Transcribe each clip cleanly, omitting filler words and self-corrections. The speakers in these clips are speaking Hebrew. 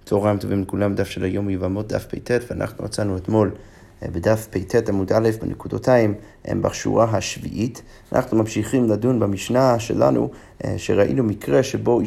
צהריים טובים לכולם, דף של היום יבמות דף פ"ט, ואנחנו מצאנו אתמול בדף פ"ט עמוד א' בנקודותיים בשורה השביעית. אנחנו ממשיכים לדון במשנה שלנו, שראינו מקרה שבו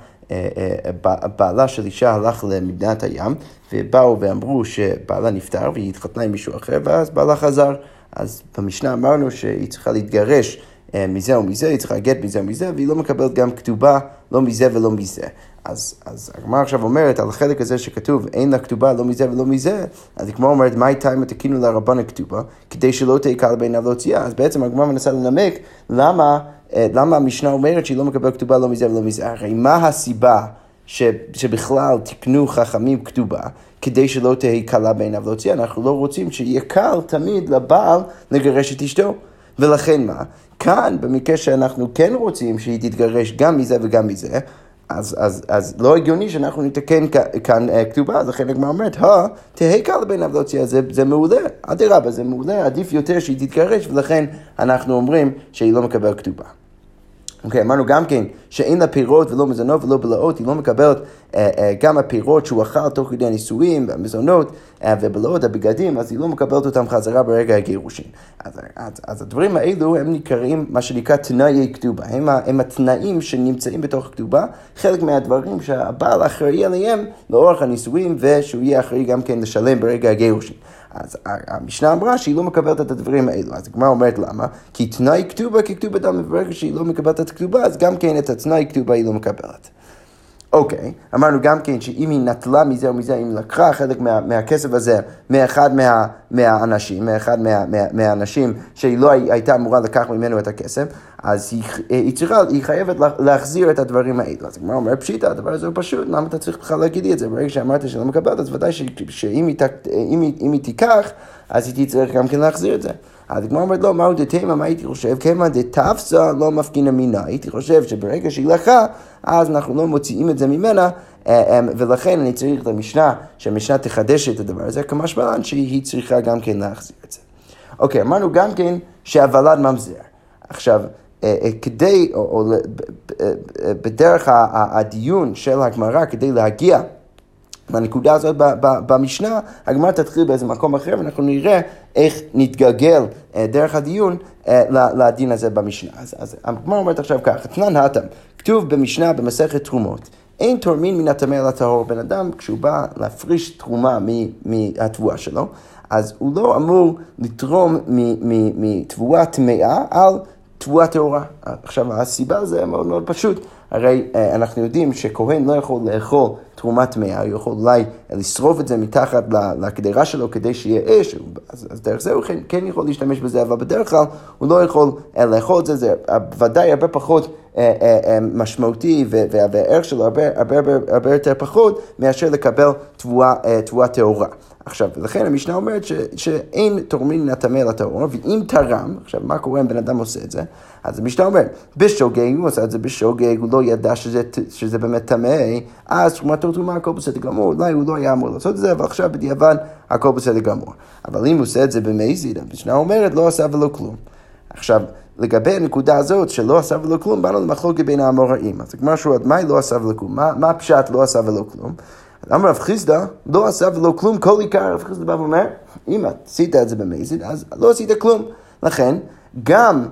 בעלה של אישה הלך למדינת הים, ובאו ואמרו שבעלה נפטר והיא התחתנה עם מישהו אחר, ואז בעלה חזר. אז במשנה אמרנו שהיא צריכה להתגרש מזה ומזה, היא צריכה גט מזה ומזה, והיא לא מקבלת גם כתובה, לא מזה ולא מזה. אז הגמרא עכשיו אומרת על החלק הזה שכתוב אין לה כתובה לא מזה ולא מזה, אז הגמרא אומרת מה הייתה אם תקינו לרבן הכתובה כדי שלא תהיה קל בעיניו להוציאה. אז בעצם הגמרא מנסה לנמק למה המשנה אומרת שהיא לא מקבלת כתובה לא מזה ולא מזה. הרי מה הסיבה שבכלל תקנו חכמים כתובה כדי שלא תהיה קלה בעיניו להוציאה? אנחנו לא רוצים שיהיה קל תמיד לבעל לגרש את אשתו. ולכן מה? כאן במקרה שאנחנו כן רוצים שהיא תתגרש גם מזה וגם מזה, אז לא הגיוני שאנחנו נתקן כאן כתובה. אז לכן הגמרא אומרת, תהיה קל בעיניו להוציאה, זה מעולה, אדרבה, זה מעולה, עדיף יותר שהיא תתגרש, ולכן אנחנו אומרים שהיא לא מקבלת כתובה. אוקיי, אמרנו גם כן שאין לה פירות ולא מזונות ולא בלעות, היא לא מקבלת גם הפירות שהוא אכל תוך כדי הנישואים, המזונות ובלעות הבגדים, אז היא לא מקבלת אותם חזרה ברגע הגירושין. אז הדברים האלו הם נקראים מה שנקרא תנאי כתובה, הם התנאים שנמצאים בתוך הכתובה, חלק מהדברים שהבעל אחראי עליהם לאורך הנישואים, ושהוא יהיה אחראי גם כן לשלם ברגע הגירושין. אז המשנה אמרה שהיא לא מקבלת את הדברים האלו. אז הגמרא אומרת למה? כי תנאי כתובה ככתובה דם, וברגע שהיא לא מקבלת את הכתובה, אז גם כן את התנאי כתובה היא לא מקבלת. אוקיי, אמרנו גם כן שאם היא נטלה מזה או מזה, אם לקחה חלק מהכסף הזה מאחד מהאנשים שהיא לא הייתה אמורה לקח ממנו את הכסף, אז היא חייבת להחזיר את הדברים האלו. אז הגמרא אומר פשיטה, הדבר הזה הוא פשוט, למה אתה צריך בכלל להגיד את זה? ברגע שאמרת שלא מקבלת, אז ודאי שאם היא תיקח, אז היא תצטרך גם כן להחזיר את זה. אז הגמרא אומרת לא, מהו דתימה, מה הייתי חושב? כמה דתפסה לא מפגינה מינה. הייתי חושב שברגע שהיא לקחה, אז אנחנו לא מוציאים את זה ממנה, ולכן אני צריך את המשנה, שהמשנה תחדש את הדבר הזה, כמשמען שהיא צריכה גם כן להחזיר את זה. אוקיי, אמרנו גם כן שהוולד ממזר. עכשיו, או בדרך הדיון של הגמרא, כדי להגיע מהנקודה הזאת במשנה, הגמרא תתחיל באיזה מקום אחר, ואנחנו נראה איך נתגלגל דרך הדיון לדין הזה במשנה. אז הגמרא אומרת עכשיו ככה, תנן התם, כתוב במשנה במסכת תרומות, אין תורמין מן הטמא אל הטהור. בן אדם כשהוא בא להפריש תרומה מהתבואה שלו, אז הוא לא אמור לתרום מתבואה טמאה על תבואה טהורה. עכשיו הסיבה זה מאוד מאוד פשוט, הרי אנחנו יודעים שכהן לא יכול לאכול תרומה טמאה, הוא יכול אולי לשרוף את זה מתחת לקדרה שלו כדי שיהיה אש, אז דרך זה הוא כן יכול להשתמש בזה, אבל בדרך כלל הוא לא יכול לאכול את זה, זה ודאי הרבה פחות משמעותי, והערך שלו הרבה יותר פחות מאשר לקבל תבואה טהורה. עכשיו, לכן המשנה אומרת שאין תורמין מן הטמא אל הטהור, ואם תרם, עכשיו מה קורה אם בן אדם עושה את זה? אז המשנה אומרת, בשוגג, הוא עושה את זה בשוגג, הוא לא ידע שזה באמת טמא, אז תרומתו תרומה, הכל בסדר גמור, אולי הוא לא היה אמור לעשות את זה, אבל עכשיו בדיעבד הכל בסדר גמור. אבל אם הוא עושה את זה במזיד, המשנה אומרת, לא עשה ולא כלום. עכשיו, לגבי הנקודה הזאת שלא עשה ולא כלום, באנו למחלוקת בין האמוראים. אז כמו שהוא עד מה לא עשה ולא כלום? מה הפשט לא עשה ולא כלום? אמר רב חיסדא, לא עשה ולא כלום, כל עיקר. רב חיסדא בא ואומר, אם עשית את זה במזיד, אז לא עשית כלום. לכן, גם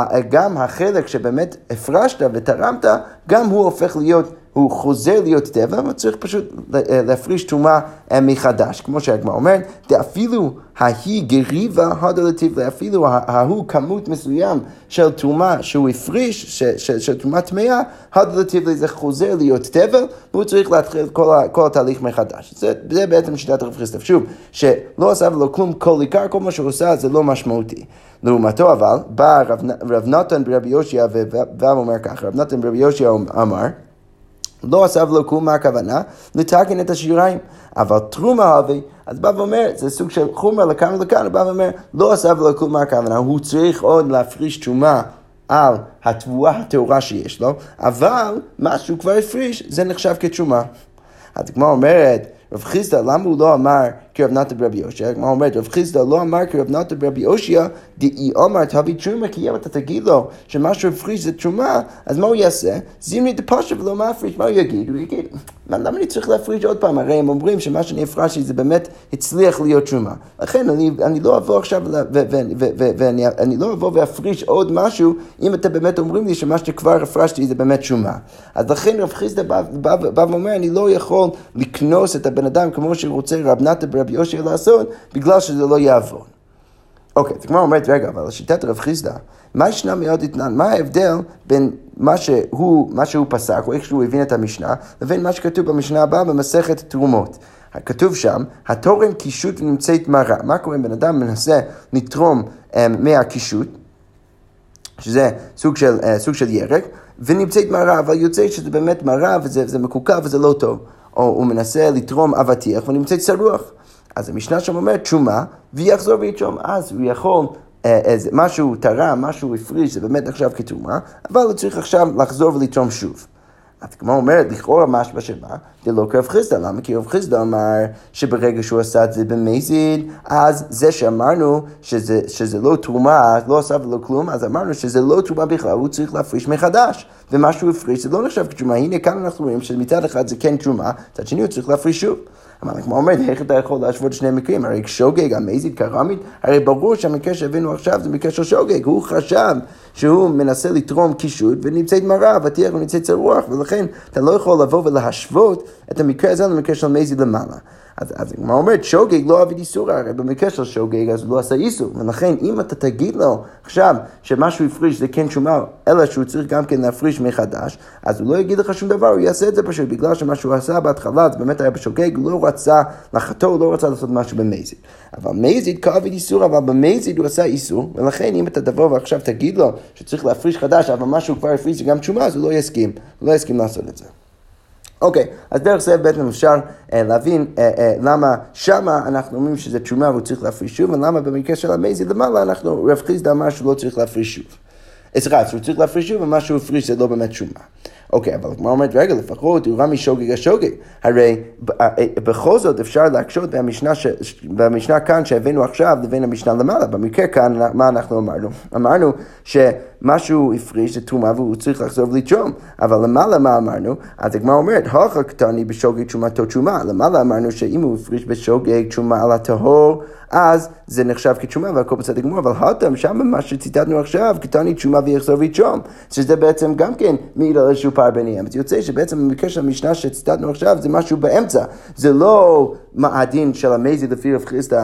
החלק שבאמת הפרשת ותרמת, גם הוא הופך להיות, הוא חוזר להיות טבע, אבל צריך פשוט להפריש תרומה מחדש. כמו שהגמרא אומרת, אפילו ההיא גריבה הדלתיב, אפילו ההוא כמות מסוים של תרומה שהוא הפריש, של תרומה טמאה, הדלתיב זה חוזר להיות טבע, והוא צריך להתחיל כל התהליך מחדש. זה בעצם שיטת רב חיסדא. שוב, שלא עשה ולא כלום כל עיקר, כל מה שהוא עושה זה לא משמעותי. לעומתו אבל, בא רב נתן ברבי יושע ואומר ככה, רב נתן ברבי יושע אמר, לא עשה ולא כלום, מה הכוונה? לתקן את השיריים. אבל תרומה הווי, אז בא ואומר, זה סוג של חומר לכאן ולכאן, הוא בא ואומר, לא עשה ולא כלום, מה הכוונה? הוא צריך עוד להפריש תרומה על התבואה הטהורה שיש לו, אבל מה שהוא כבר הפריש, זה נחשב כתרומה. אז כמו אומרת, רב חיסדא, למה הוא לא אמר כרב נתן ברבי יושע? מה אומרת? רב חיסדא לא אמר כרב נתן ברבי יושע, דאי אמר תביא תרומה, כי אם אתה תגיד לו שמשהו הפריש זה תרומה, אז מה הוא יעשה? זימני דפשט ולא מפריש, מה הוא יגיד? הוא יגיד, למה אני צריך להפריש עוד פעם? הרי הם אומרים שמה שאני הפרשתי זה באמת הצליח להיות תרומה. לכן אני לא אבוא עכשיו ואני לא אבוא ואפריש עוד משהו, אם אתה באמת אומרים לי שמה שכבר הפרשתי זה באמת תרומה. אז לכן רב חיסדא בא ואומר, אני לא יכול לקנוס את הבן אדם כמו שרוצה רב נתן ברבי יושע לעשות, בגלל שזה לא יעבור. אוקיי, אז כמו אומרת, רגע, אבל לשיטת רב חיסדא, מה ישנה מאוד התנן? מה ההבדל בין מה שהוא פסק, או איך שהוא הבין את המשנה, לבין מה שכתוב במשנה הבאה במסכת תרומות? כתוב שם, התורם קישוט ונמצאת מרה. מה קורה אם בן אדם מנסה לתרום מהקישוט, שזה סוג של ירק, ונמצאת מרה, אבל יוצא שזה באמת מרה, וזה מקוקה וזה לא טוב. או הוא מנסה לתרום אבטיח ונמצאת שרוח. אז המשנה שם אומרת תשומה, ויחזור ויתרום. אז הוא יכול, משהו תרם, משהו הפריש, זה באמת עכשיו כתרומה, אבל הוא צריך עכשיו לחזור ולתרום שוב. אז כמו אומרת, לכאורה משמע שמה, זה לא כרב חיסדא. למה? כי רב חיסדא אמר שברגע שהוא עשה את זה במזיד, אז זה שאמרנו שזה לא תרומה, לא עשה ולא כלום, אז אמרנו שזה לא תרומה בכלל, הוא צריך להפריש מחדש. ומה שהוא הפריש זה לא נחשב כתרומה. הנה כאן אנחנו רואים שמצד אחד זה כן תרומה, מצד שני הוא צריך להפריש שוב. אבל כמו אומרת, איך אתה יכול להשוות שני מקרים? הרי שוגג, המזיד, קרמית, הרי ברור שהמקרה שהבאנו עכשיו זה מקרה של שוגג. הוא חשב שהוא מנסה לתרום קישוט ונמצאת מרה, אבטיח ונמצאת שרוח, ולכן אתה לא יכול לבוא ולהשוות את המקרה הזה למקרה של מזיד למעלה. אז כמו אומרת, שוגג לא עביד איסור, הרי במקרה של שוגג אז הוא לא עשה איסור, ולכן אם אתה תגיד לו עכשיו שמשהו הפריש זה כן תשומה, אלא שהוא צריך גם כן להפריש מחדש, אז הוא לא יגיד לך שום דבר, הוא יעשה את זה פשוט, בגלל שמה שהוא עשה בהתחלה, זה באמת היה בשוגג, הוא לא רצה לחתור, הוא לא רצה לעשות משהו במזיד. אבל מזיד כעביד איסור, אבל במזיד הוא עשה איסור, ולכן אם אתה תבוא ועכשיו תגיד לו שצריך להפריש חדש, אבל משהו כבר הפריש זה גם תשומה, אז הוא לא יסכים לעשות את זה. אוקיי, אז דרך זה בעצם אפשר להבין למה שמה אנחנו אומרים שזה תשומה והוא צריך להפריש שוב, ולמה במקרה של המזיד למעלה רב חיסדא אמר שהוא לא צריך להפריש שוב. שהוא צריך להפריש שוב ומה שהוא הפריש זה לא באמת תשומה. אוקיי, אבל כמו אומרת, רגע, לפחות הוא רמי שוגג השוגג. הרי בכל זאת אפשר להקשות במשנה כאן שהבאנו עכשיו לבין המשנה למעלה. במקרה כאן, מה אנחנו אמרנו? אמרנו שמשהו הפריש זה תרומה והוא צריך לחזור ולתרום. אבל למעלה מה אמרנו? אז הגמרא אומרת, הכה קטני בשוגג תרומתו תרומה. למעלה אמרנו שאם הוא הפריש בשוגג תרומה על הטהור, אז זה נחשב כתשומה והכל בסדר גמור, אבל הותם שם מה שציטטנו עכשיו, קטני תשומה ויחזור ויתרום, שזה בעצם גם כן מעיד על איזשהו פער ביניהם. אז יוצא שבעצם במקרה של המשנה שציטטנו עכשיו זה משהו באמצע, זה לא הדין של המזיד לפי רב חיסדא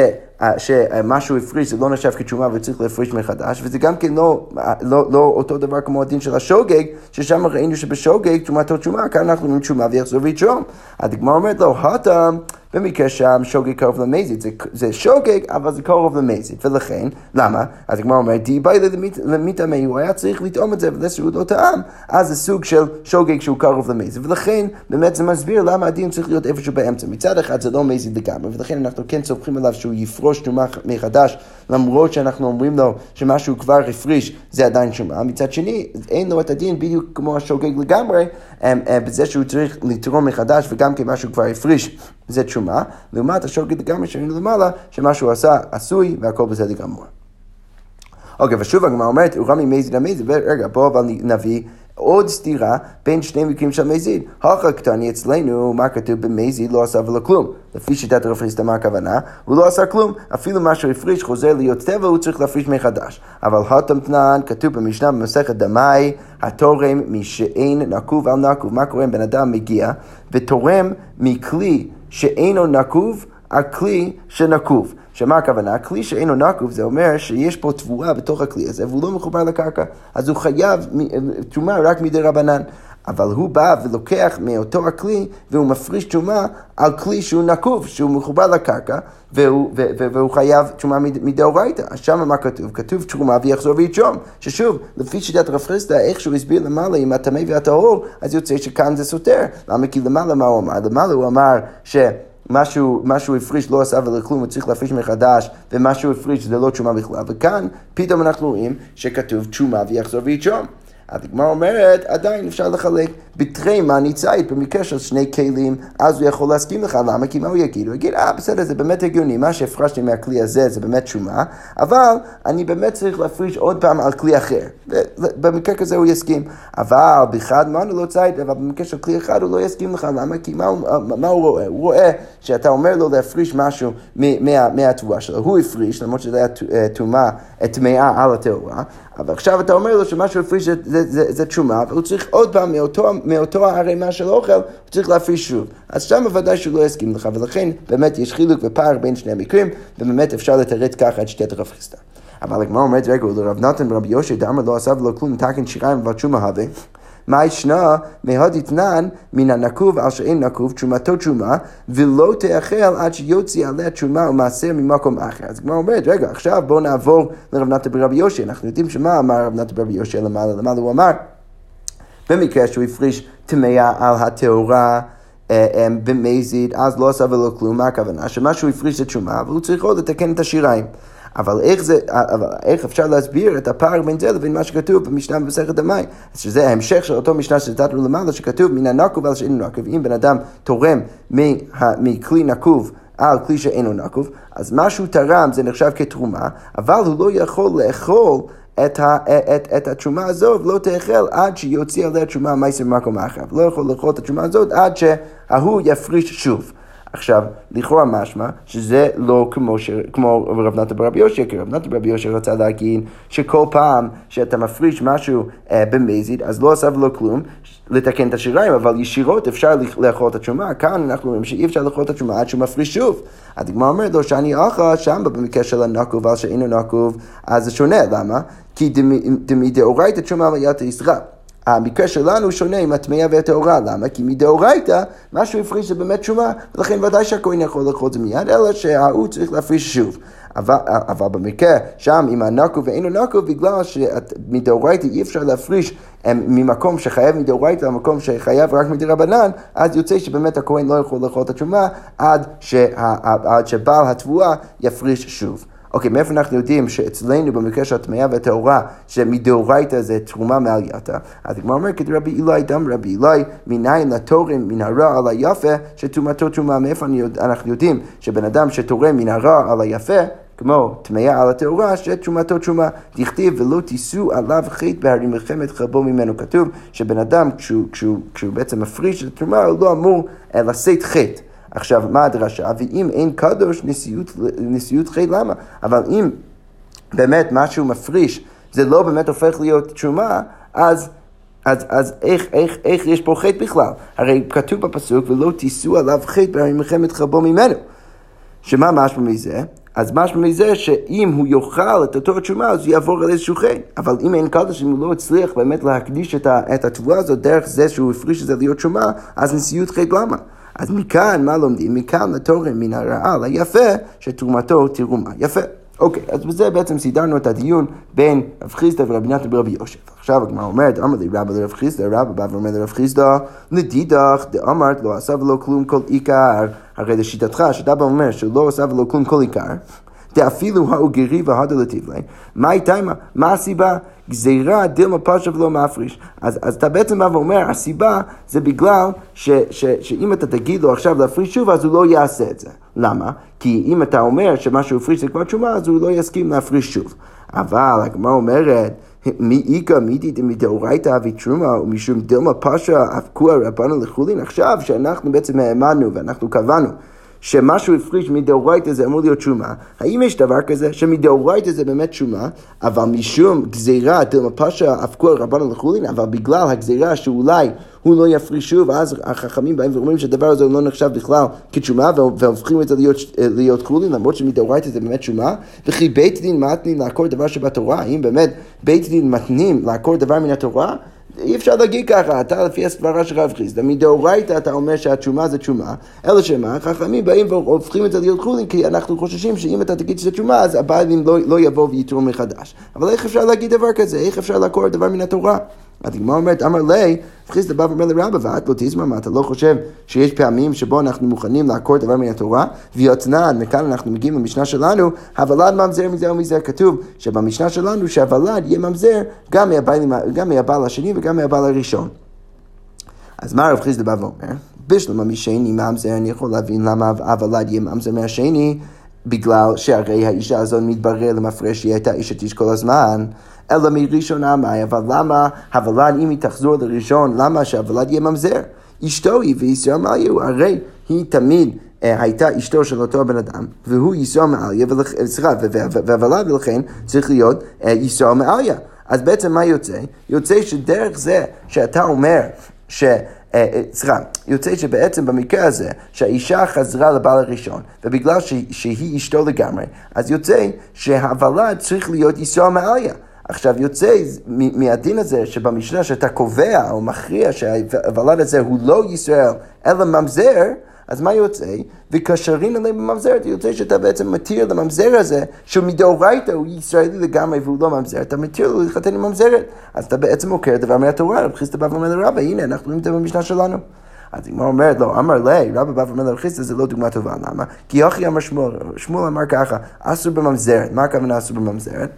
שמשהו הפריש זה לא נחשב כתשומה וצריך להפריש מחדש, וזה גם כן לא אותו דבר כמו הדין של השוגג, ששם ראינו שבשוגג תרומתו תשומה, כאן אנחנו אומרים תשומה ויחזור ויתרום. הדגמרא אומרת לו, הותם במקרה שם שוגג קרוב למזיד, זה שוגג אבל זה קרוב למזיד, ולכן, למה? אז הגמרא אומרת, די ביי למיתמי, הוא היה צריך לטעום את זה, ולסעוד לא טעם, אז זה סוג של שוגג שהוא קרוב למזיד, ולכן באמת זה מסביר למה הדין צריך להיות איפשהו באמצע. מצד אחד זה לא מזיד לגמרי, ולכן אנחנו כן סומכים עליו שהוא יפרוש תרומה מחדש, למרות שאנחנו אומרים לו שמשהו כבר הפריש, זה עדיין תרומה. מצד שני, אין לו את הדין בדיוק כמו השוגג לגמרי, בזה שהוא צריך לתרום מחדש, וגם כמשהו כבר הפריש, זה תשומה, לעומת השוגג לגמרי שראינו למעלה, שמשהו עשה עשוי, והכל בסדר גמור. אוקיי, ושוב הגמרא אומרת, הוא רמי מזיד המזיד, ורגע, בוא אבל נביא עוד סתירה בין שני מקרים של מזיד. הכה קטני אצלנו, מה כתוב במזיד, לא עשה ולא כלום. לפי שיטת רב חיסדא מה הכוונה? הוא לא עשה כלום, אפילו מה שהוא הפריש חוזר להיות טבע, הוא צריך להפריש מחדש. אבל הותם תנן, כתוב במשנה במסכת דמאי, התורם משאין נקוב על נקוב. מה קורה אם בן אדם מגיע ותורם מכלי שאינו נקוב על כלי שנקוב? שמה הכוונה? הכלי שאינו נקוב זה אומר שיש פה תבואה בתוך הכלי הזה והוא לא מחובר לקרקע, אז הוא חייב תרומה רק מדי רבנן. אבל הוא בא ולוקח מאותו הכלי והוא מפריש תרומה על כלי שהוא נקוב, שהוא מחובר לקרקע, והוא חייב תרומה מדאורייתא. אז שמה מה כתוב? כתוב תרומה ויחזור ויתרום, ששוב, לפי שיטת רב חיסדא, איך שהוא הסביר למעלה עם הטמא והטהור, אז יוצא שכאן זה סותר. למה? כי למעלה מה הוא אמר? למעלה הוא אמר משהו הפריש לא עשה ולכלום, הוא צריך להפריש מחדש, ומשהו הפריש זה לא תשומה בכלל. וכאן פתאום אנחנו רואים שכתוב תשומה ויחזור ויתרום. אז הגמרא אומרת, עדיין אפשר לחלק בתרי מני ציד, במקרה של שני כלים, אז הוא יכול להסכים לך, למה? כי מה הוא יגיד? הוא יגיד, בסדר, זה באמת הגיוני, מה שהפרשתי מהכלי הזה זה באמת שומה, אבל אני באמת צריך להפריש עוד פעם על כלי אחר. במקרה כזה הוא יסכים. אבל באחד מני לא ציד, אבל במקרה של כלי אחד הוא לא יסכים לך, למה? כי מה הוא רואה? הוא רואה שאתה אומר לו להפריש משהו מהתבואה שלו. הוא הפריש, למרות שזה היה טמאה על התאורה, אבל עכשיו אתה אומר לו שמה שהוא הפריש זה תשומה, והוא צריך עוד פעם מאותו הערימה של אוכל, הוא צריך להפריש שוב. אז שם בוודאי שהוא לא יסכים לך, ולכן באמת יש חילוק ופער בין שני המקרים, ובאמת אפשר לתרץ ככה את שתת רב חיסדא. אבל הגמרא אומרת, רגע, לרב נתן ורבי יושע דאמר לא עשה ולא כלום, תקן שיריים ותשומה הווה. מה ישנה מהדתנן מן הנקוב על שאין נקוב, תשומתו תשומה, ולא תאכל עד שיוציא עליה תשומה ומעשר ממקום אחר. אז הגמרא אומרת, רגע, עכשיו בואו נעבור לרב נתן ברבי יושע. אנחנו יודעים שמה אמר רב נתן ברבי יושע למעלה הוא אמר, במקרה שהוא הפריש טמאה על התאורה במזיד, אז לא עשה ולא כלום. מה הכוונה? שמה שהוא הפריש זה תשומה, אבל הוא צריך עוד לתקן את השיריים. אבל איך אפשר להסביר את הפער בין זה לבין מה שכתוב במשנה במסכת המים? אז שזה ההמשך של אותו משנה שציטטנו למעלה, שכתוב מן הנקוב על שאינו נקוב. אם בן אדם תורם מכלי נקוב על כלי שאינו נקוב, אז מה שהוא תרם זה נחשב כתרומה, אבל הוא לא יכול לאכול את התשומה הזו, ולא תאכל עד שיוציא עליה תשומה מעשר ממקום אחר. לא יכול לאכול את התשומה הזאת עד שההוא יפריש שוב. עכשיו, לכאורה משמע שזה לא כמו רב נתן ברבי יושע, כי רב נתן ברבי יושע רצה להגיד שכל פעם שאתה מפריש משהו במזיד, אז לא עשה ולא כלום לתקן את השיריים, אבל ישירות אפשר לאכול את התשומה. כאן אנחנו אומרים שאי אפשר לאכול את התשומה עד שהוא מפריש שוב. הדגמרא אומרת לו שאני אכל שם במקרה של הנקוב על שאינו נקוב, אז זה שונה. למה? כי מדאורייתא תשומה מעלתא ישראל. המקרה שלנו שונה עם הטמאה והטהורה. למה? כי מדאורייתא, מה שהוא הפריש זה באמת תשומה, ולכן ודאי שהכהן יכול לאכול את זה מיד, אלא שההוא צריך להפריש שוב. אבל במקרה שם עם הנקוב ואינו נקוב, בגלל שמדאורייתא אי אפשר להפריש ממקום שחייב מדאורייתא למקום שחייב רק מדרבנן, אז יוצא שבאמת הכהן לא יכול לאכול את התשומה עד שבעל התבואה יפריש שוב. אוקיי, מאיפה אנחנו יודעים שאצלנו במקרה של הטמאה והטהורה, שמדאורייתא זה תרומה מעלייתא? אז הגמרא אומר, כדרבי אילאי דם רבי אילאי, מניין לתורם מן הרע על היפה, שתרומתו תרומה. מאיפה אנחנו יודעים שבן אדם שתורם מן הרע על היפה, כמו טמאה על התאורה, שתרומתו תרומה, דכתיב ולא תישאו עליו חטא בהרים מלחמת חרבו ממנו. כתוב שבן אדם כשהוא בעצם מפריש את התרומה, הוא לא אמור לשאת חטא. עכשיו, מה הדרשה? ואם אין קדוש, נשיאות חטא, למה? אבל אם באמת משהו מפריש, זה לא באמת הופך להיות תשומה, אז איך יש פה חטא בכלל? הרי כתוב בפסוק, ולא תישאו עליו חטא בהרים מלחמת חרבו ממנו. שמה משמע מזה? אז משמע מזה שאם הוא יאכל את אותו תשומה, אז הוא יעבור על איזשהו חטא. אבל אם אין קדוש, אם הוא לא הצליח באמת להקדיש את התבואה הזאת, דרך זה שהוא הפריש את זה להיות תשומה, אז נשיאות חטא, למה? אז מכאן, מה לומדים? מכאן לתורם מן הרעה ליפה, שתרומתו תרומה. יפה. אוקיי, אז בזה בעצם סידרנו את הדיון בין רב חיסדא ורבי נתן ברבי יושע. עכשיו הגמרא אומרת, אמר לי רבא לרב חיסדא, רבא בא ואומר לרב חיסדא, לדידך דאמרת לא עשה ולא כלום כל עיקר. הרי לשיטתך, שאתה בא אומר שלא עשה ולא כלום כל עיקר, דאפילו האוגרי והדה לטיבלין, מה איתמה? מה הסיבה? גזירה דילמה פשע ולא מפריש. אז אתה בעצם בא ואומר, הסיבה זה בגלל שאם אתה תגיד לו עכשיו להפריש שוב, אז הוא לא יעשה את זה. למה? כי אם אתה אומר שמשהו הפריש זה כבר תשומה, אז הוא לא יסכים להפריש שוב. אבל הגמרא אומרת, מי איכא מיתית מדאורייתא ותרומה ומשום דילמה פשע אבקוה רבנן לחולין. עכשיו שאנחנו בעצם האמנו ואנחנו קבענו שמשהו הפריש מדאורייתא זה אמור להיות תשומה. האם יש דבר כזה שמדאורייתא זה באמת תשומה, אבל משום גזירה דילמה פשע אבקוה רבנן לחולין, אבל בגלל הגזירה שאולי הוא לא יפריש שוב, אז החכמים באים ואומרים שהדבר הזה לא נחשב בכלל כתשומה, והופכים את זה להיות חולין, למרות שמדאורייתא זה באמת תשומה. וכי בית דין מתנים לעקור דבר שבתורה, האם באמת בית דין מתנים לעקור דבר מן התורה? אי אפשר להגיד ככה, אתה לפי הסברה של רב חיסדא, מדאורייתא אתה אומר שהתשומה זה תשומה, אלא שמה, חכמים באים והופכים את זה להיות חולין, כי אנחנו חוששים שאם אתה תגיד שזה תשומה, אז הבעלים לא יבוא ויתרום מחדש. אבל איך אפשר להגיד דבר כזה? איך אפשר לעקור דבר מן התורה? אז הגמרא אומרת, אמר לי, חיסדא בא ואומר לרבא, ואת לא תזמר, מה אתה לא חושב שיש פעמים שבו אנחנו מוכנים לעקור דבר מן התורה, ויותנן, מכאן אנחנו מגיעים למשנה שלנו, הוולד ממזר מזה ומזה, כתוב שבמשנה שלנו שהוולד יהיה ממזר גם מהבעל השני וגם מהבעל הראשון. אז מה רב חיסדא בא ואומר? בשלמה משני ממזר, אני יכול להבין למה הוולד יהיה ממזר מהשני, בגלל שהרי האישה הזאת מתברר למפרש שהיא הייתה אישה איש כל הזמן, אלא מראשון אמי, אבל למה הוולד, אם היא תחזור לראשון, למה שהוולד יהיה ממזר? אשתו היא וישראל מעליהו, הרי היא תמיד הייתה אשתו של אותו בן אדם, והוא ישראל מעליהו, והוולד ולכן צריך להיות ישראל מעליהו. אז בעצם מה יוצא? יוצא שדרך זה שאתה אומר יוצא שבעצם במקרה הזה שהאישה חזרה לבעל הראשון ובגלל שהיא אשתו לגמרי, אז יוצא שהוולד צריך להיות ישראל מעליה. עכשיו יוצא מהדין הזה שבמשנה שאתה קובע או מכריע שהוולד הזה הוא לא ישראל אלא ממזר, אז מה יוצא? וקשרים אליהם בממזרת, יוצא שאתה בעצם מתיר לממזר הזה, שהוא מדאורייתא הוא ישראלי לגמרי והוא לא ממזר, אתה מתיר לו להתחתן עם ממזרת, אז אתה בעצם מוכר דבר מהתורה. רב חיסדא בא ואומר לרבא, הנה אנחנו רואים את זה במשנה שלנו. אז הגמרא אומרת לו, אמר לי, רבא בא ואומר לרב חיסדא, זה לא דוגמה טובה, למה? כי אחי אמר שמואל אמר ככה, אסור בממזרת. מה הכוונה אסור בממזרת?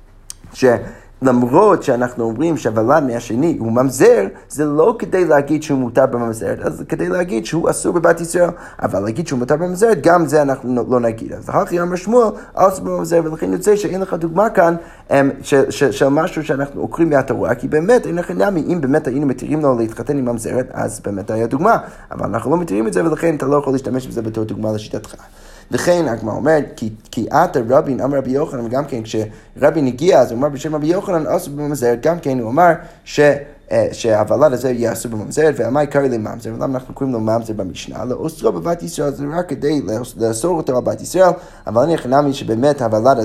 למרות שאנחנו אומרים שהוולד מהשני הוא ממזר, זה לא כדי להגיד שהוא מותר בממזרת, אז כדי להגיד שהוא אסור בבת ישראל, אבל להגיד שהוא מותר בממזרת, גם זה אנחנו לא נגיד. אז אחי אמר שמואל, אסור בממזרת, ולכן יוצא שאין לך דוגמה כאן של משהו שאנחנו עוקרים מהתורה, כי באמת אין לך נמי, אם באמת היינו מתירים לו להתחתן עם ממזרת, אז באמת היה דוגמה, אבל אנחנו לא מתירים את זה, ולכן אתה לא יכול להשתמש בזה בתור דוגמה לשיטתך. וכן, הגמרא אומרת, כי עתה רבין אמר רבי יוחנן, וגם כן כשרבין הגיע, אז הוא אמר בשם רבי יוחנן, אסור בממזרת, גם כן הוא אמר שהוולד הזה יהיה אסור בממזרת, ומה יקרא לממזר, ולמה אנחנו קוראים לו ממזר במשנה, לאוסרו בבת ישראל, זה רק כדי לאסור אותו על בת ישראל, אבל אני חנמי שבאמת הוולד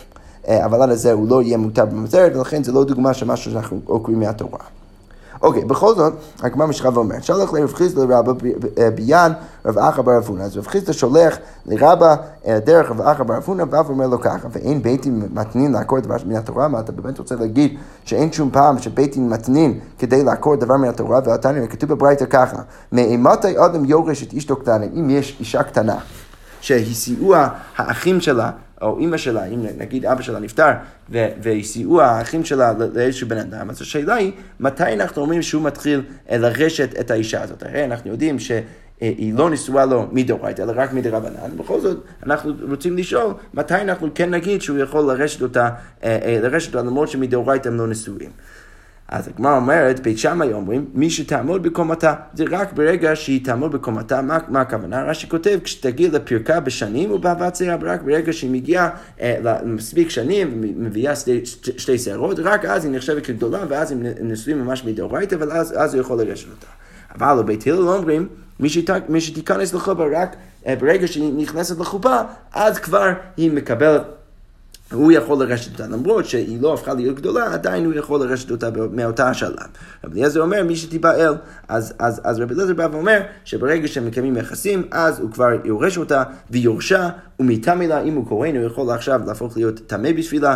הזה הוא לא יהיה מותר בממזרת, ולכן זה לא דוגמה של משהו שאנחנו קוראים מהתורה. אוקיי, בכל זאת, הגמרא ממשיכה ואומרת, שלח לרב חיסדא לרבא ביען רב אחא בר אבונה. אז רב חיסדא שולח לרבא דרך רב אחא בר אבונה, ואומר לו ככה, ואין בית דין מתנין לעקור דבר מן התורה, מה אתה באמת רוצה להגיד שאין שום פעם שבית דין מתנין כדי לעקור דבר מן התורה, והתניא כתוב בברייתא ככה, מאימתי אדם יורש את אשתו קטנה, אם יש אישה קטנה, שהסיעו האחים שלה, או אמא שלה, אם נגיד אבא שלה נפטר, והסיעו האחים שלה לאיזשהו בן אדם, אז השאלה היא, מתי אנחנו אומרים שהוא מתחיל לרשת את האישה הזאת? הרי אנחנו יודעים שהיא לא נשואה לו מדאורייתא, אלא רק מדרבנן. בכל זאת, אנחנו רוצים לשאול, מתי אנחנו כן נגיד שהוא יכול לרשת אותה למרות שמדאורייתא הם לא נשואים. אז הגמרא אומרת, בית שמאי אומרים, מי שתעמוד בקומתה, זה רק ברגע שהיא תעמוד בקומתה, מה הכוונה? רש"י כותב, כשתגיע לפרקה בשנים ובאהבת שערה, רק ברגע שהיא מגיעה למספיק שנים, ומביאה שתי שערות, רק אז היא נחשבת כגדולה, ואז הם נשואים ממש מדאורייתא, אבל אז הוא יכול לרשת אותה. אבל בית הלל אומרים, מי שתיכנס לחופה, רק ברגע שהיא נכנסת לחופה, אז כבר היא מקבלת, הוא יכול לרשת אותה, למרות שהיא לא הפכה להיות גדולה, עדיין הוא יכול לרשת אותה מאותה השלב. רבי אליעזר אומר, מי שתיבעל, אז רבי אליעזר בא ואומר, שברגע שהם מקיימים יחסים, אז הוא כבר יורש אותה ויורשה, ומטמא לה, אם הוא כהן, הוא יכול עכשיו להפוך להיות טמא בשבילה,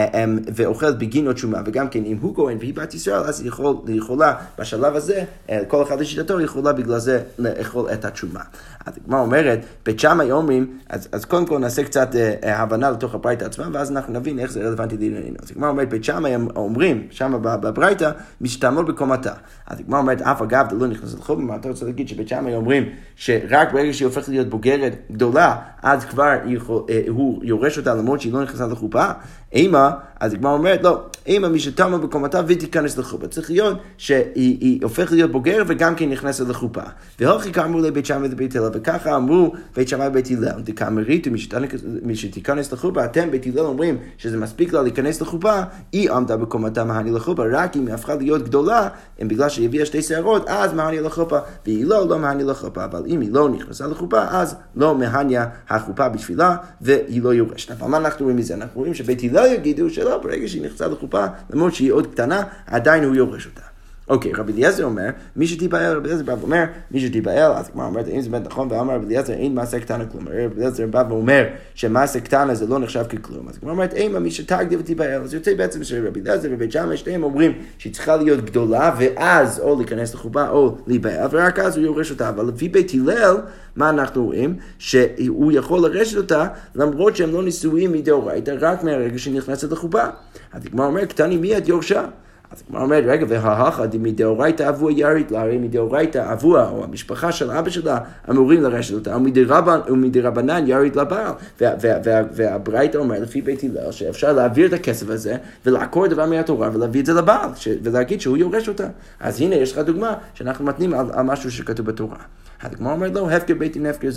ואוכל בגין או תשומה, וגם כן, אם הוא כהן והיא בת ישראל, אז היא יכולה בשלב הזה, כל אחד לשיטתו, יכולה בגלל זה לאכול את התשומה. אז כמו אומרת, בית שמאי אומרים, אז קודם כל נעשה קצת הבנה לתוך הברייתא עצמה, ואז אנחנו נבין איך זה רלוונטי לענייננו. אז כמו אומרת, בית שמאי אומרים, שם בברייתא, מי שתעמוד בקומתה. אז כמו אומרת, אף אגב, לא נכנס לחובה, מה אתה רוצה להגיד שבית שמאי אומרים, שרק ברגע שהיא הופכת להיות בוגרת גדולה, אז כבר הוא יורש אותה למרות שהיא לא נכנסה לחופה, אימה, אז הגמרא אומרת, לא, אימה מי שתעמוד בקומתה ותיכנס לחופה. צריך להיות שהיא הופכת להיות בוגרת וגם כן נכנסת לחופה. והוכי כאמרו לבית שמאי ובית הלל, וככה אמרו בית שמאי ובית הלל, דקאמריתו מי שתיכנס לחופה, אתם בית הלל אומרים שזה מספיק לה להיכנס לחופה, היא עמדה בקומתה מהני לחופה, רק אם היא הפכה להיות גדולה, בגלל שהיא הביאה שתי שערות, אז מהני לחופה, והיא לא מהני לחופה, אבל אם היא לא נכנסה לחופה, אז לא מהניה החופה בשבילה, והיא לא יורשת. אבל מה אנחנו רואים מזה? אנחנו רואים שבית הלל יגידו שלא, ברגע שהיא נכנסה לחופה, למרות שהיא עוד קטנה, עדיין הוא יורש אותה. אוקיי, רבי אליעזר אומר, מי שתיבעל, רבי אליעזר בא ואומר, מי שתיבעל, אז כמו אומרת, אם זה באמת נכון, ואמר רבי אליעזר, אין מעשה קטנה כלום. רבי אליעזר בא ואומר שמעשה קטנה זה לא נחשב ככלום. אז כמו אומרת, אימה מי שתגדיל ותיבעל, אז יוצא בעצם שרבי אליעזר ובית שמאי שניהם אומרים שהיא צריכה להיות גדולה, ואז או להיכנס לחופה או להיבעל, ורק אז הוא יורש אותה. אבל לפי בית הלל, מה אנחנו רואים? שהוא יכול לרשת אותה, למרות שהם לא נישואים מדאורייתא, רק מהרגע שהיא נכנסת לחופה. אז כמו אומר, קטני מיד יורשה. אז כמו אומר, רגע, וההכה מדאורייתא אבוה ירית לה, הרי מדאורייתא אבוה, או המשפחה של אבא שלה, אמורים לרשת אותה, ומדרבנן ירית לבעל. והברייתא אומר, לפי בית הלל, שאפשר להעביר את הכסף הזה, ולעקור דבר מהתורה, ולהביא את זה לבעל, ולהגיד שהוא יורש אותה. אז הנה, יש לך דוגמה, שאנחנו מתנים על משהו שכתוב בתורה. אז כמו אומר, לא, הפקר בית דין הפקר,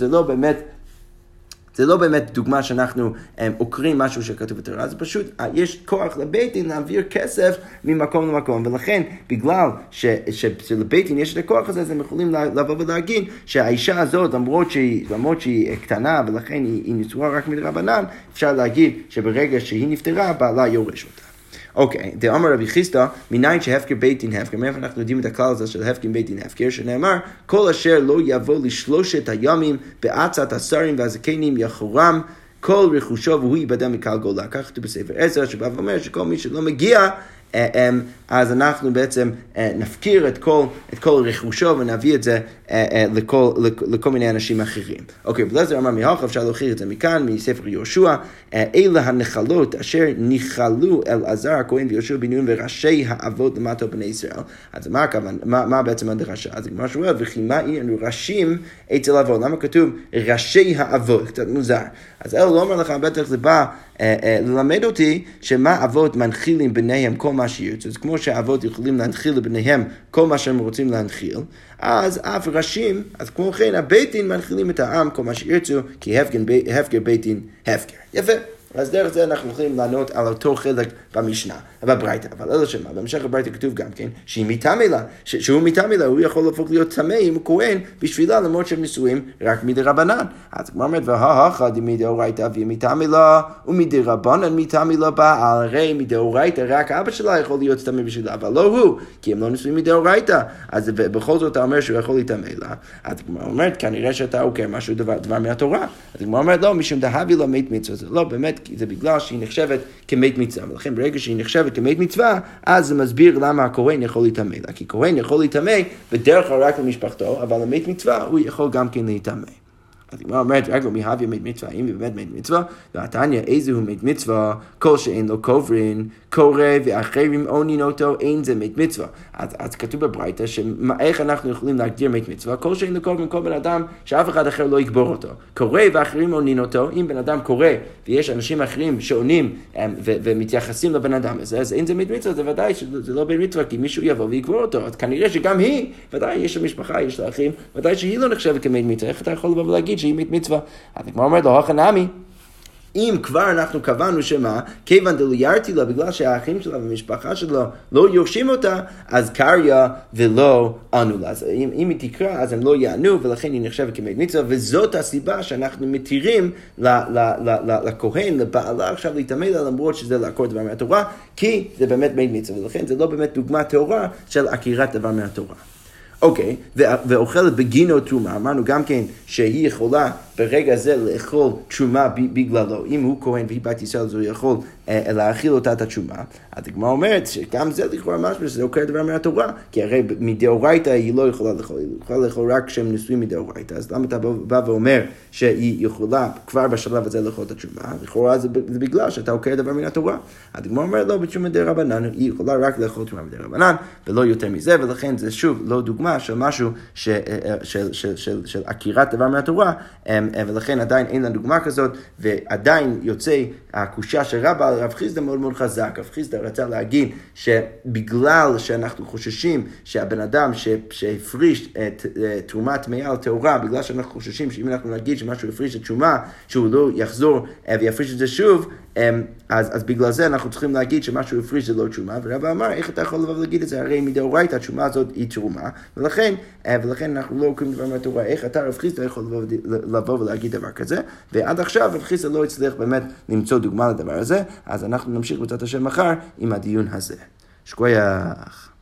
זה לא באמת דוגמה שאנחנו עוקרים משהו שכתוב בתורה, זה פשוט, יש כוח לבית דין להעביר כסף ממקום למקום, ולכן בגלל שלבית דין יש את הכוח הזה, אז הם יכולים לבוא ולהגיד שהאישה הזאת, למרות שהיא קטנה, ולכן היא נשואה רק מדרבנן, אפשר להגיד שברגע שהיא נפטרה, בעלה יורש אותה. אוקיי, דאמר רבי חיסדא, מניין שהפקר בית דין הפקר, מאיפה אנחנו יודעים את הכלל הזה של הפקר בית דין הפקר, שנאמר, כל אשר לא יבוא לשלושת הימים בעצת השרים והזקנים יחורם, כל רכושו והוא ייבדל מקל גולה. כך כתוב בספר עזרא, שבא ואומר שכל מי שלא מגיע, אז אנחנו בעצם נפקיר את כל רכושו ונביא את זה לכל מיני אנשים אחרים. אוקיי, בלזר אמר מהלך, אפשר להוכיח את זה מכאן, מספר יהושע, אלה הנחלות אשר ניחלו אלעזר הכהן ויהושע בן נון וראשי האבות למטה בני ישראל. אז מה הכוונה? מה בעצם הדרשה? אז כמו שהוא אומר, וכי מה אנו ראשים אצל אבות? למה כתוב ראשי האבות? קצת מוזר. אז אלו לא אומר לך, בטח זה בא ללמד אותי שמה אבות מנחילים ביניהם כל מה שירצו. אז כמו שאבות יכולים להנחיל לבניהם כל מה שהם רוצים להנחיל, אז אף ראשים, אז כמו כן הבית דין מנחילים את העם כל מה שירצו, כי הפקר בית דין הפקר. יפה. אז דרך זה אנחנו יכולים לענות על אותו חלק במשנה, בברייתא. אבל אלא שמה, במשך הברייתא כתוב גם כן, שהוא מתאמי לה, הוא יכול להפוך להיות טמא עם כהן בשבילה, למרות שהם נשואים רק מדרבנן. אז כמו אומרת, וההכה דמדאורייתא ומתאמי לה, ומדרבנן מתאמי לה בעל, הרי מדאורייתא רק אבא שלה יכול להיות טמא בשבילה, אבל לא הוא, כי הם לא נשואים מדאורייתא. אז בכל זאת אתה אומר שהוא יכול להתאמי לה. אז כמו אומרת, כנראה שאתה עוקר משהו דבר מהתורה. אז כמו אומרת, לא, משום דהבי לה מת מצווה, זה לא באמת, זה בגלל שהיא נחשבת כמת מצווה, ולכן ברגע שהיא נחשבת כמת מצווה, אז זה מסביר למה הכהן יכול להתאמה לה, כי כהן יכול להתאמה בדרך כלל רק למשפחתו, אבל למת מצווה הוא יכול גם כן להתאמה. אז היא אומרת, רק לא מהוויה מת מצווה, אם היא באמת מת מצווה, והתניא איזה הוא מת מצווה, כל שאין לו קוברין, קורא ואחרים עונין אותו, אין זה מת מצווה. אז כתוב בברייתא, איך אנחנו יכולים להגדיר מת מצווה? כל שאין לו קוברין, כל בן אדם שאף אחד אחר לא יקבור אותו. קורא ואחרים עונין אותו, אם בן אדם קורא, ויש אנשים אחרים שעונים ומתייחסים לבן אדם הזה, אז אין זה מת מצווה, זה ודאי שזה לא בן מצווה, כי מישהו יבוא ויקבור אותו. אז כנראה שגם היא, ודאי יש לה משפחה, יש לה אחים, ודאי שהיא לא נחשבת כמת מצווה. איך אתה יכול לבוא ולהגיד שהיא מת מצווה? אז כמו אומרת לו, החנמי, אם כבר אנחנו קבענו שמה, כיוון דלו ירתי לה, בגלל שהאחים שלה והמשפחה שלו לא יורשים אותה, אז קריה ולא ענו לה. אז אם היא תקרא, אז הם לא יענו, ולכן היא נחשבת כמת מצווה, וזאת הסיבה שאנחנו מתירים לכהן, לבעלה עכשיו להתאמה לה, למרות שזה לעקור דבר מהתורה, כי זה באמת מת מצווה, ולכן זה לא באמת דוגמה טהורה של עקירת דבר מהתורה. אוקיי, ואוכלת בגינו תרומה, אמרנו גם כן שהיא יכולה ברגע זה לאכול תרומה בגללו, אם הוא כהן והיא בת ישראל, אז הוא יכול להאכיל אותה את התרומה. אז הגמרא אומרת שגם זה לכאורה משהו, שזה עוקר דבר מהתורה, כי הרי מדאורייתא היא לא יכולה לאכול, היא יכולה לאכול רק כשהם נשואים מדאורייתא, אז למה אתה בא ואומר שהיא יכולה כבר בשלב הזה לאכול את התרומה? לכאורה זה בגלל שאתה עוקר דבר מן התורה. אז הגמרא אומרת לא, בתרומה דרבנן, היא יכולה רק לאכול תרומה מדרבנן, ולא יותר מזה, ולכן זה שוב לא דוגמה של משהו של עקירת דבר מהתורה, ולכן עדיין אין לנו דוגמה כזאת, ועדיין יוצא הקושיה של רב חיסדא מאוד מאוד חזק. רב חיסדא רצה להגיד שבגלל שאנחנו חוששים שהבן אדם שהפריש את תרומת טמאה לטהורה, בגלל שאנחנו חוששים שאם אנחנו נגיד שמשהו הפריש את תרומה, שהוא לא יחזור ויפריש את זה שוב, אז בגלל זה אנחנו צריכים להגיד שמשהו הפריש זה לא תרומה, ורב אמר, איך אתה יכול לבוא ולהגיד את זה? הרי מדאורייתא התרומה הזאת היא תרומה, ולכן אנחנו לא עוקרים דבר מהתורה. איך אתה רב חיסדא יכול לבוא ולהגיד דבר כזה? ועד עכשיו רב חיסדא לא הצליח באמת למצוא דוגמה לדבר הזה, אז אנחנו נמשיך בצד השם מחר עם הדיון הזה. שכוייח.